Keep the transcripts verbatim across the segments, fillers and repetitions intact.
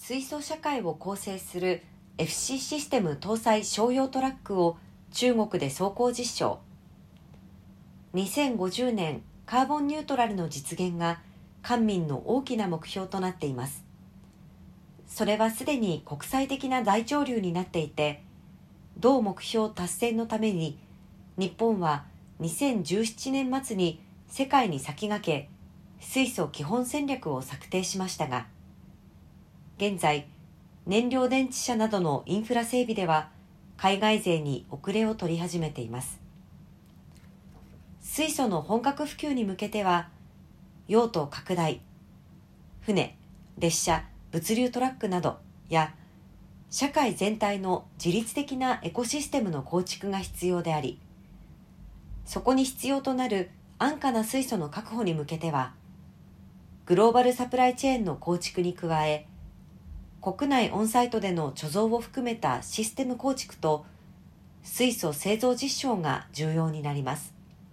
水素社会を構成する エフシー システム搭載商用トラックを中国で走行実証。にせんごじゅうねんカーボンニュートラルの実現が官民の大きな目標となっています。それはすでに国際的な大潮流になっていて、同目標達成のために日本はにせんじゅうななねん末に世界に先駆け水素基本戦略を策定しましたが、現在燃料電池車などのインフラ整備では海外勢に遅れを取り始めています。水素の本格普及に向けては用途拡大、船、列車、物流トラックなどや社会全体の自律的なエコシステムの構築が必要であり、そこに必要となる安価な水素の確保に向けてはグローバルサプライチェーンの構築に加え、国内オンサイトでの貯蔵を含めたシステム構築と水素製造実証が重要になります。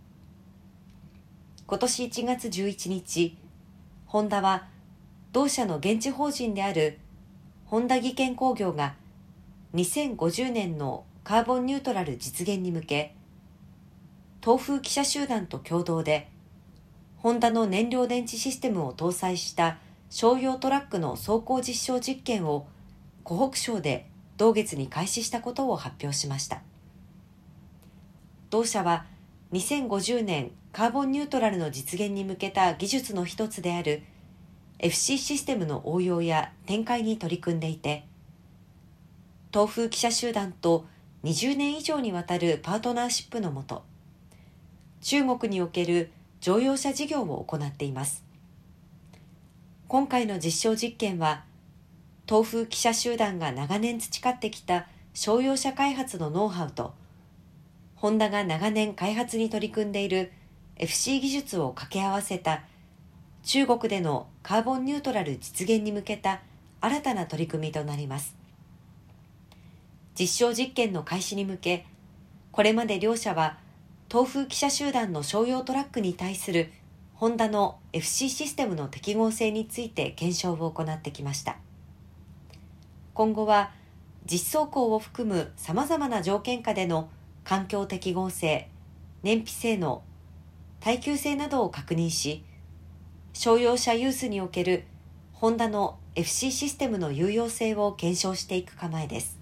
今年いちがつじゅういちにち、ホンダは同社の現地法人であるホンダ技研工業がにせんごじゅうねんのカーボンニュートラル実現に向け、東風汽車集団と共同でホンダの燃料電池システムを搭載した商用トラックの走行実証実験を湖北省で同月に開始したことを発表しました。同社はにせんごじゅうねんカーボンニュートラルの実現に向けた技術の一つである エフシー システムの応用や展開に取り組んでいて、東風汽車集団とにじゅうねん以上にわたるパートナーシップのもと、中国における乗用車事業を行っています。今回の実証実験は、東風汽車集団が長年培ってきた商用車開発のノウハウと、ホンダが長年開発に取り組んでいる エフシー 技術を掛け合わせた中国でのカーボンニュートラル実現に向けた新たな取り組みとなります。実証実験の開始に向け、これまで両社は東風汽車集団の商用トラックに対するホンダの エフシー システムの適合性について検証を行ってきました。今後は実走行を含むさまざまな条件下での環境適合性、燃費性能、耐久性などを確認し、商用車ユースにおけるホンダの エフシー システムの有用性を検証していく構えです。